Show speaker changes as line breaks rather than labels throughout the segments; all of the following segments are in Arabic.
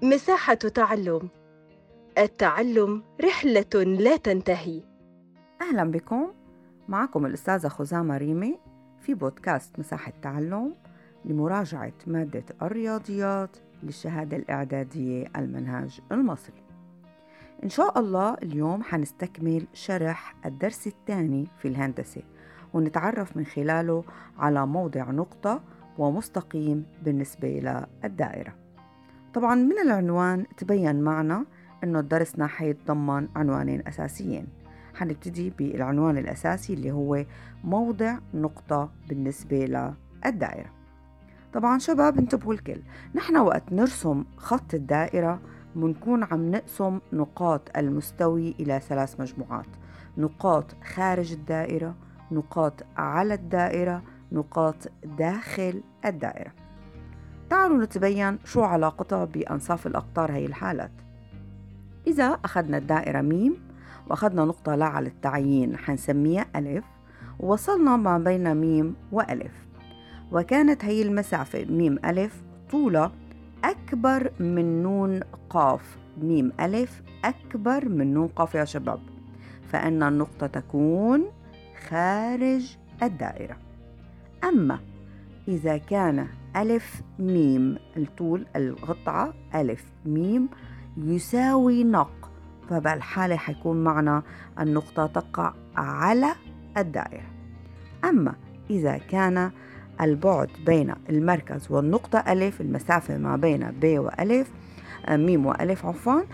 مساحة تعلم. التعلم رحلة لا تنتهي.
أهلا بكم. معكم الأستاذة خزامة ريمي في بودكاست مساحة تعلم لمراجعة مادة الرياضيات للشهادة الإعدادية المنهاج المصري. إن شاء الله اليوم حنستكمل شرح الدرس الثاني في الهندسة ونتعرف من خلاله على موضع نقطة ومستقيم بالنسبة للدائرة. طبعا من العنوان تبين معنا أنه درسنا حيتضمن عنوانين أساسيين. حنبتدي بالعنوان الأساسي اللي هو موضع نقطة بالنسبة للدائرة. طبعا شباب انتبهوا الكل، نحن وقت نرسم خط الدائرة بنكون عم نقسم نقاط المستوي إلى 3 مجموعات: نقاط خارج الدائرة، نقاط على الدائرة، نقاط داخل الدائرة. تعالوا نتبين شو علاقتها بأنصاف الأقطار هي الحالات. إذا أخذنا الدائرة ميم وأخذنا نقطة لا على التعيين حنسميها ألف، ووصلنا ما بين ميم وألف، وكانت هي المسافة ميم ألف طولها أكبر من نون قاف. ميم ألف أكبر من نون قاف يا شباب، فإن النقطة تكون خارج الدائرة. أما إذا كان ألف ميم الطول القطعة ألف ميم يساوي نق، فبالحالة حيكون معنا النقطة تقع على الدائرة. أما إذا كان البعد بين المركز والنقطة ألف، المسافة ما بين ب وألف ميم وألف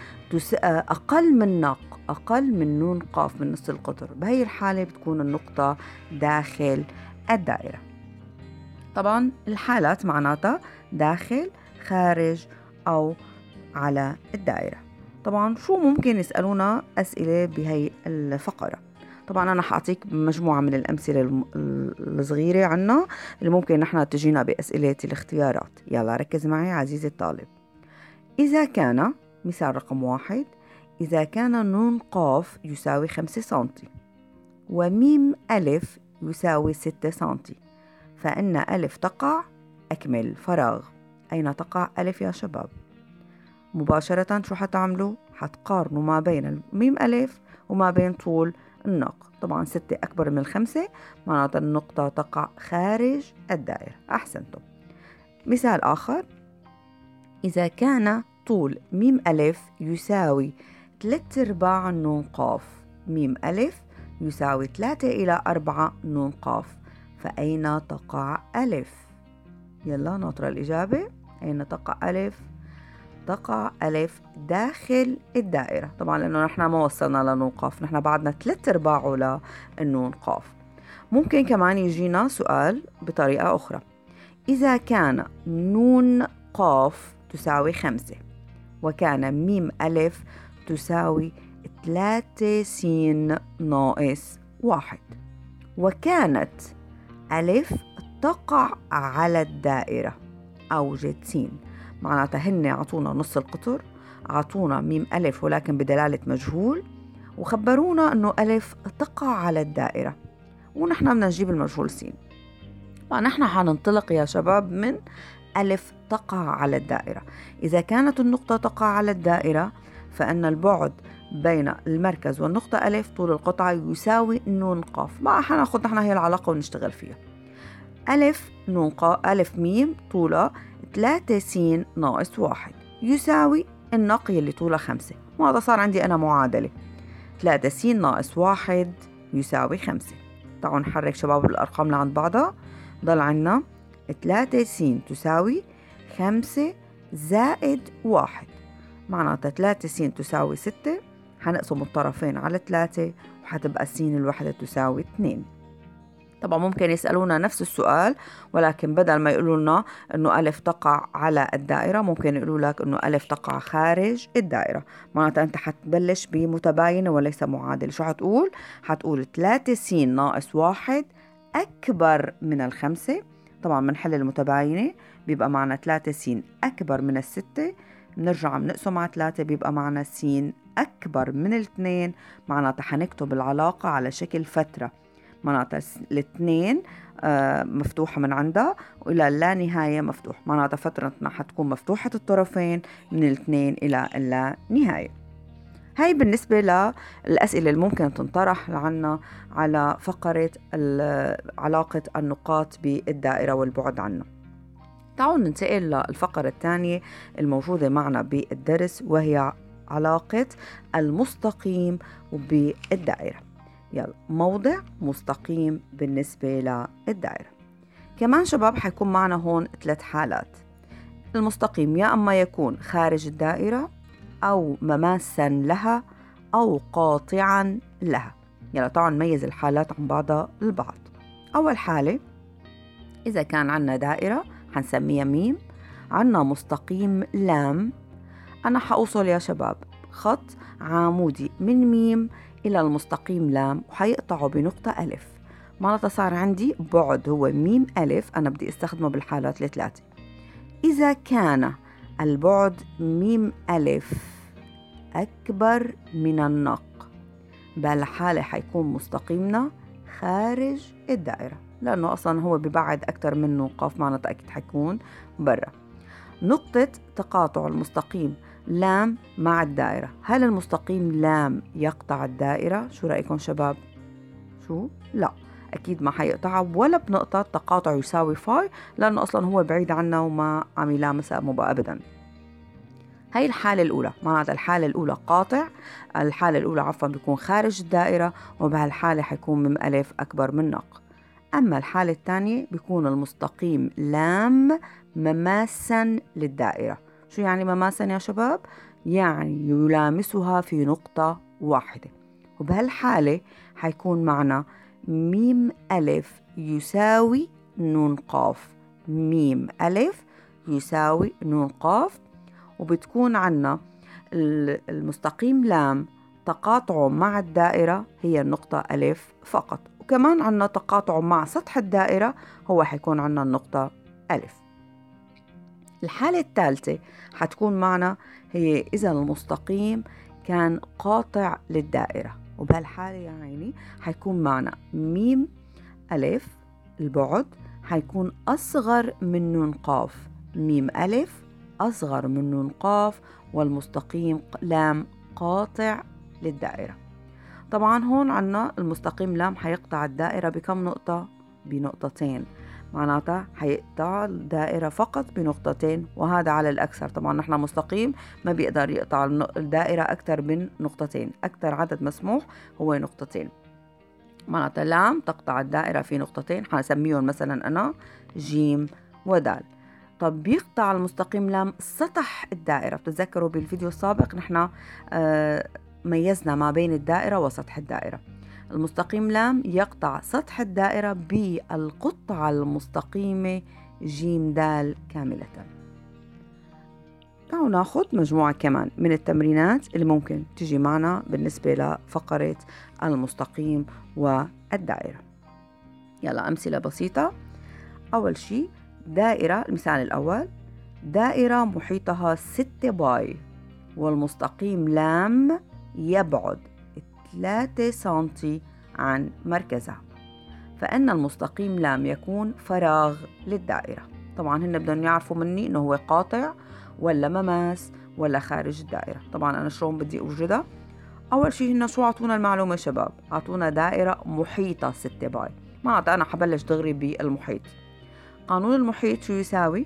أقل من نق، أقل من نون قاف من نص القطر، بهي الحالة بتكون النقطة داخل الدائرة. طبعا الحالات معناتها داخل، خارج، أو على الدائرة. طبعا شو ممكن يسألونا أسئلة بهي الفقرة؟ طبعا أنا حأعطيك مجموعة من الأمثلة الصغيرة عنا اللي ممكن نحن تجينا بأسئلة الاختيارات. يلا ركز معي عزيزي الطالب. إذا كان مثال رقم 1، إذا كان نون قاف يساوي 5 سنتي وميم ألف يساوي 6 سنتي، فإن ألف تقع أكمل فراغ. أين تقع ألف يا شباب؟ مباشرة شو حتعملوا؟ حتقارنوا ما بين الميم ألف وما بين طول النق. طبعا 6 أكبر من 5، معناتها النقطة تقع خارج الدائرة. أحسنتم. مثال آخر، إذا كان طول ميم ألف يساوي 3/4 نون قاف، ميم ألف يساوي 3/4 نون قاف، فأين تقع ألف؟ يلا ناطرة الإجابة. أين تقع ألف؟ تقع ألف داخل الدائرة، طبعا لأنه نحن ما وصلنا لنون قاف، نحن بعدنا 3/4 للنون قاف. ممكن كمان يجينا سؤال بطريقة أخرى. إذا كان نون قاف تساوي 5 وكان ميم ألف تساوي 3 س ناقص 1، وكانت ألف تقع على الدائرة، أوجد س، معناتها هن عطونا نص القطر، عطونا ميم ألف ولكن بدلالة مجهول، وخبرونا أنه ألف تقع على الدائرة، ونحن بدنا نجيب المجهول س. فنحن حننطلق يا شباب من ألف تقع على الدائرة. إذا كانت النقطة تقع على الدائرة فإن البعد بين المركز والنقطة ألف طول القطعة يساوي نون قاف. ما حناخد نحن هي العلاقة ونشتغل فيها. ألف نون قاف ألف ميم طولها 3 س ناقص 1 يساوي النق اللي طولها 5، وهذا صار عندي أنا معادلة 3 س ناقص 1 يساوي 5. تعالوا نحرك شباب الأرقام لعند بعضها. ضل عنا 3 س تساوي 5 زائد 1، معناتها 3 س تساوي 6، حنقسم الطرفين على 3 وحتبقى س الوحدة تساوي 2. طبعا ممكن يسألونا نفس السؤال، ولكن بدل ما يقولوا لنا أنه ألف تقع على الدائرة ممكن يقولوا لك أنه ألف تقع خارج الدائرة. معناتها أنت حتبلش بمتباينة وليس معادلة. شو حتقول؟ حتقول 3 س ناقص 1 أكبر من 5. طبعا منحل المتباينة بيبقى معنا 3 س أكبر من 6، بنرجع بنقسم على 3 بيبقى معنا س أكبر من 2، معناتها حنكتب العلاقة على شكل فترة. معناتها الاثنين مفتوحة من عندها وإلى اللا نهاية مفتوح، معناتها فترتنا حتكون مفتوحة الطرفين من الاثنين إلى اللا نهاية. هاي بالنسبة للأسئلة اللي ممكن تنطرح لعنا على فقرة علاقة النقاط بالدائرة والبعد عنها. تعالوا ننتقل للفقرة الثانية الموجودة معنا بالدرس، وهي علاقة المستقيم بالدائرة. يلا، موضع مستقيم بالنسبة للدائرة. كمان شباب حيكون معنا هون 3 حالات. المستقيم يا أما يكون خارج الدائرة أو مماسا لها أو قاطعا لها. يلا طبعا نميز الحالات عن بعضها البعض. أول حالة، إذا كان عنا دائرة حنسميها ميم، عنا مستقيم لام، أنا حأوصل يا شباب خط عمودي من ميم إلى المستقيم لام وحيقطعه بنقطة ألف، معناتها صار عندي بعد هو ميم ألف، أنا بدي استخدمه بالحالات الثلاثة. إذا كان البعد ميم ألف أكبر من النق، بهالحالة حيكون مستقيمنا خارج الدائرة، لأنه أصلا هو ببعد أكتر منه قاف، معناتها أكيد حيكون برا. نقطة تقاطع المستقيم لام مع الدائرة، هل المستقيم لام يقطع الدائرة؟ شو رأيكم شباب؟ شو؟ لا، أكيد ما حيقطعها ولا بنقطة تقاطع يساوي فاي، لأنه أصلا هو بعيد عنا وما عم يلامسها أبدا. هاي الحالة الأولى، معناتها الحالة الأولى قاطع، الحالة الأولى عفوا بيكون خارج الدائرة، وبهالحالة حيكون ميم ألف أكبر من نق. أما الحالة الثانية بيكون المستقيم لام مماسا للدائرة. شو يعني مماسا يا شباب؟ يعني يلامسها في نقطة واحدة، وبهالحالة حيكون معنا ميم ألف يساوي نون قاف، ميم ألف يساوي نون قاف، وبتكون عنا المستقيم لام تقاطعه مع الدائرة هي النقطة ألف فقط، وكمان عنا تقاطعه مع سطح الدائرة هو حيكون عنا النقطة ألف. الحالة الثالثة حتكون معنا هي إذا المستقيم كان قاطع للدائرة، وبهالحالة يا عيني حيكون معنا ميم ألف البعد حيكون أصغر من نون قاف، ميم ألف أصغر من نون قاف، والمستقيم لام قاطع للدائرة. طبعا هون عنا المستقيم لام حيقطع الدائرة بكم نقطة؟ بنقطتين، معناتها حيقطع الدائرة فقط بنقطتين، وهذا على الأكثر. طبعا نحن مستقيم ما بيقدر يقطع الدائرة أكثر من نقطتين، أكثر عدد مسموح هو نقطتين، معناتها لام تقطع الدائرة في نقطتين، حنسميهم مثلا أنا جيم ودال. طب بيقطع المستقيم لام سطح الدائرة، بتتذكروا بالفيديو السابق نحن ميزنا ما بين الدائرة وسطح الدائرة. المستقيم لام يقطع سطح الدائرة بالقطعة المستقيمة جيم دال كاملة. تعالوا ناخد مجموعة كمان من التمرينات اللي ممكن تجي معنا بالنسبة لفقرة المستقيم والدائرة. يلا أمثلة بسيطة. أول شيء دائرة، المثال الأول دائرة محيطها 6 باي والمستقيم لام يبعد 3 سنتي عن مركزها، فإن المستقيم لام يكون فراغ للدائرة. طبعا هن بدهم يعرفوا مني إنه هو قاطع ولا مماس ولا خارج الدائرة. طبعا أنا شلون بدي أوجدها؟ أول شيء هن شو عطونا المعلومة شباب؟ عطونا دائرة محيطة 6 باي، معناتها أنا حبلش دغري بالمحيط. قانون المحيط شو يساوي؟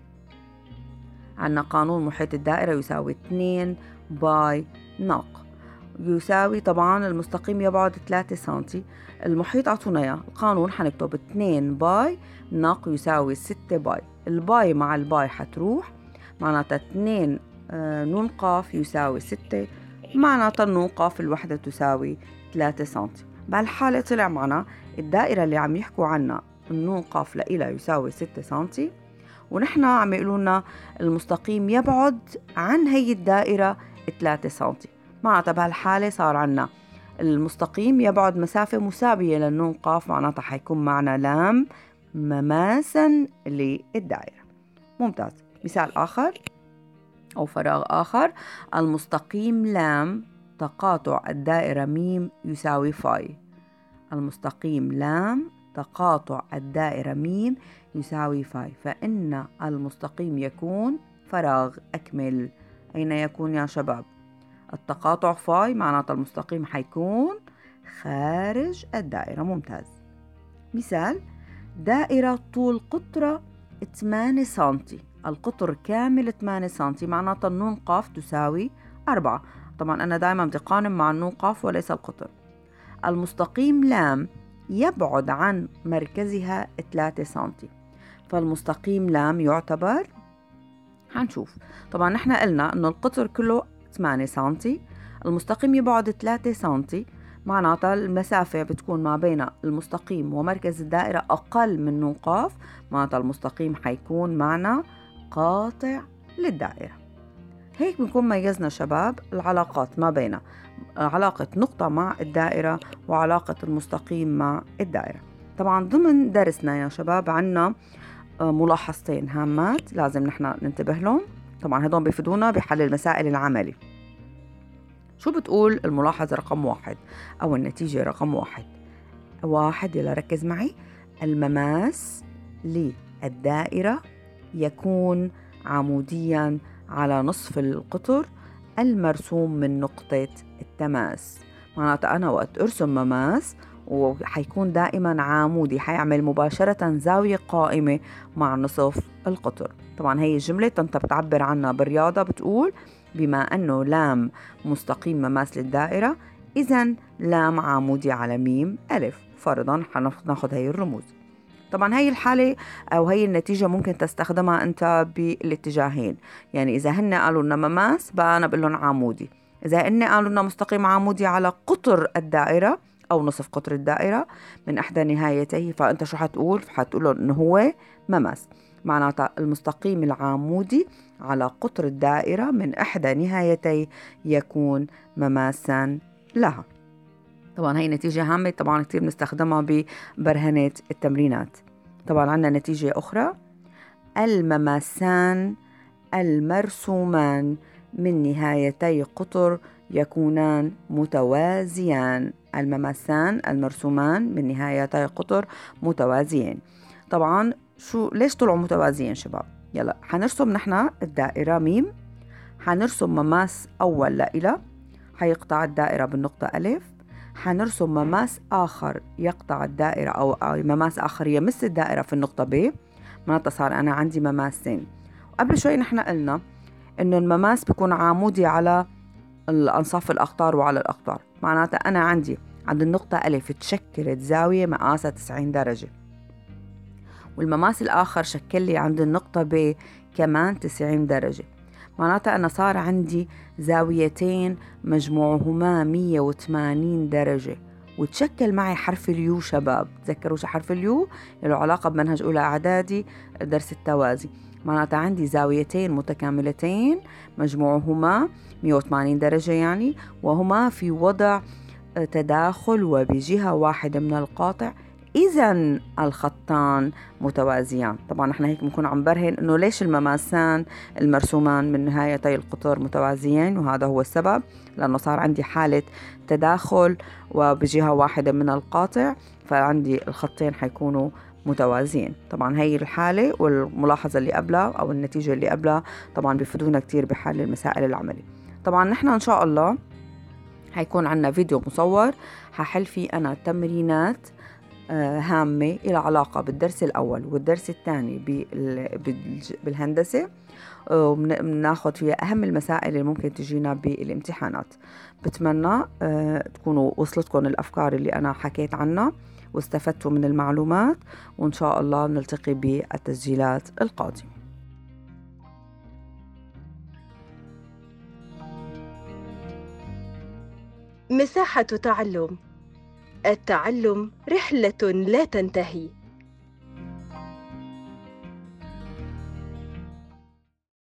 عنا قانون محيط الدائرة يساوي 2 باي نق، يساوي طبعا المستقيم يبعد 3 سنتي، المحيط عطونا اياه، القانون حنكتب 2 باي نق يساوي 6 باي، الباي مع الباي حتروح، معناتها 2 نون قاف يساوي 6، معناتها النون قاف الوحدة تساوي 3 سنتي. بهالحالة طلع معنا الدائرة اللي عم يحكوا عنها النون قاف لإلها يساوي 6 سنتي، ونحن عم يقولونا المستقيم يبعد عن هي الدائرة 3 سنتي، معناتها بهالحالة صار عنا المستقيم يبعد مسافة مساوية للنون قاف، معناتها حيكون معنا لام مماسا للدائرة. ممتاز. مثال آخر أو فراغ آخر، المستقيم لام تقاطع الدائرة ميم يساوي فاي. المستقيم لام تقاطع الدائرة ميم يساوي فاي، فإن المستقيم يكون فراغ. أكمل. أين يكون يا شباب؟ التقاطع فاي معناته المستقيم حيكون خارج الدائرة. ممتاز. مثال: دائرة طول قطرة 8 سنتي، القطر كامل 8 سنتي، معناته النون قاف تساوي 4. طبعا أنا دائما بدي قارن مع النون قاف وليس القطر. المستقيم لام يبعد عن مركزها 3 سنتي، فالمستقيم لام يعتبر، هنشوف. طبعا نحن قلنا أنه القطر كله 8 سنتي، المستقيم يبعد 3 سنتي، معناتها المسافة بتكون ما بين المستقيم ومركز الدائرة أقل من نون قاف، معناتها المستقيم حيكون معنا قاطع للدائرة. هيك بنكون ميزنا شباب العلاقات ما بين علاقة نقطة مع الدائرة وعلاقة المستقيم مع الدائرة. طبعا ضمن درسنا يا شباب عنا ملاحظتين هامات لازم نحن ننتبه لهم. طبعا هدول بيفيدونا بحل المسائل العملي. شو بتقول الملاحظة رقم 1 أو النتيجة رقم 1؟ يلا ركز معي. المماس للدائرة يكون عموديا على نصف القطر المرسوم من نقطة التماس. معناته أنا وقت أرسم مماس وحيكون دائما عمودي، حيعمل مباشرة زاوية قائمة مع نصف القطر. طبعا هي الجملة أنت بتعبر عنها بالرياضة، بتقول بما أنه لام مستقيم مماس للدائرة إذن لام عمودي على ميم ألف. فرضا حناخد هاي الرموز. طبعا هاي الحالة أو هاي النتيجة ممكن تستخدمها أنت بالاتجاهين، يعني إذا هن قالوا لنا مماس بقى أنا بقول لهم عمودي، إذا هن قالوا لنا مستقيم عمودي على قطر الدائرة أو نصف قطر الدائرة من إحدى نهايتيه، فأنت شو حتقول؟ حتقول له إنه هو مماس. معناتها المستقيم العمودي على قطر الدائرة من إحدى نهايتيه يكون مماسا لها. طبعا هي نتيجة هامة، طبعا كتير بنستخدمها ببرهنة التمرينات. طبعا عندنا نتيجة أخرى: المماسان المرسومان من نهايتي قطر يكونان متوازيان. المماسان المرسومان من نهايتي قطر متوازيين. طبعا ليش طلعوا متوازيين شباب؟ يلا حنرسم نحن الدائرة ميم، حنرسم مماس أول لإلة حيقطع الدائرة بالنقطة ألف، حنرسم مماس آخر يقطع الدائرة أو مماس آخر يمس الدائرة في النقطة ب. معناتها صار أنا عندي مماسين. وقبل شوي نحن قلنا إنه المماس بيكون عمودي على الأنصاف الأقطار وعلى الأقطار، معناتها أنا عندي عند النقطة ألف تشكلت زاوية مقاسها 90 درجة، والمماس الآخر شكل لي عند النقطة ب كمان 90 درجة. معناتها أنا صار عندي زاويتين مجموعهما 180 درجة، وتشكل معي حرف اليو. شباب تذكروا شو حرف اليو؟ له علاقة بمنهج أولى إعدادي درس التوازي. معناتها عندي زاويتين متكاملتين مجموعهما 180 درجة يعني، وهما في وضع تداخل وبجهة واحدة من القاطع، إذن الخطان متوازيان. طبعا نحن هيك بنكون عم برهن إنه ليش المماسان المرسومان من نهايتي القطر متوازيين، وهذا هو السبب، لأنه صار عندي حالة تداخل وبجهة واحدة من القاطع، فعندي الخطين حيكونوا متوازيين. طبعا هي الحالة والملاحظة اللي قبلها أو النتيجة اللي قبلها طبعا بيفيدونا كتير بحل المسائل العملي. طبعا نحن إن شاء الله هيكون عنا فيديو مصور هحل فيه أنا تمرينات هامة إلى علاقة بالدرس الأول والدرس الثاني بالهندسة، وبناخد فيها أهم المسائل اللي ممكن تجينا بالامتحانات. بتمنى تكونوا وصلتكم الأفكار اللي أنا حكيت عنها واستفدتوا من المعلومات، وإن شاء الله نلتقي بالتسجيلات القادمة.
مساحة تعلم. التعلم رحلة لا تنتهي.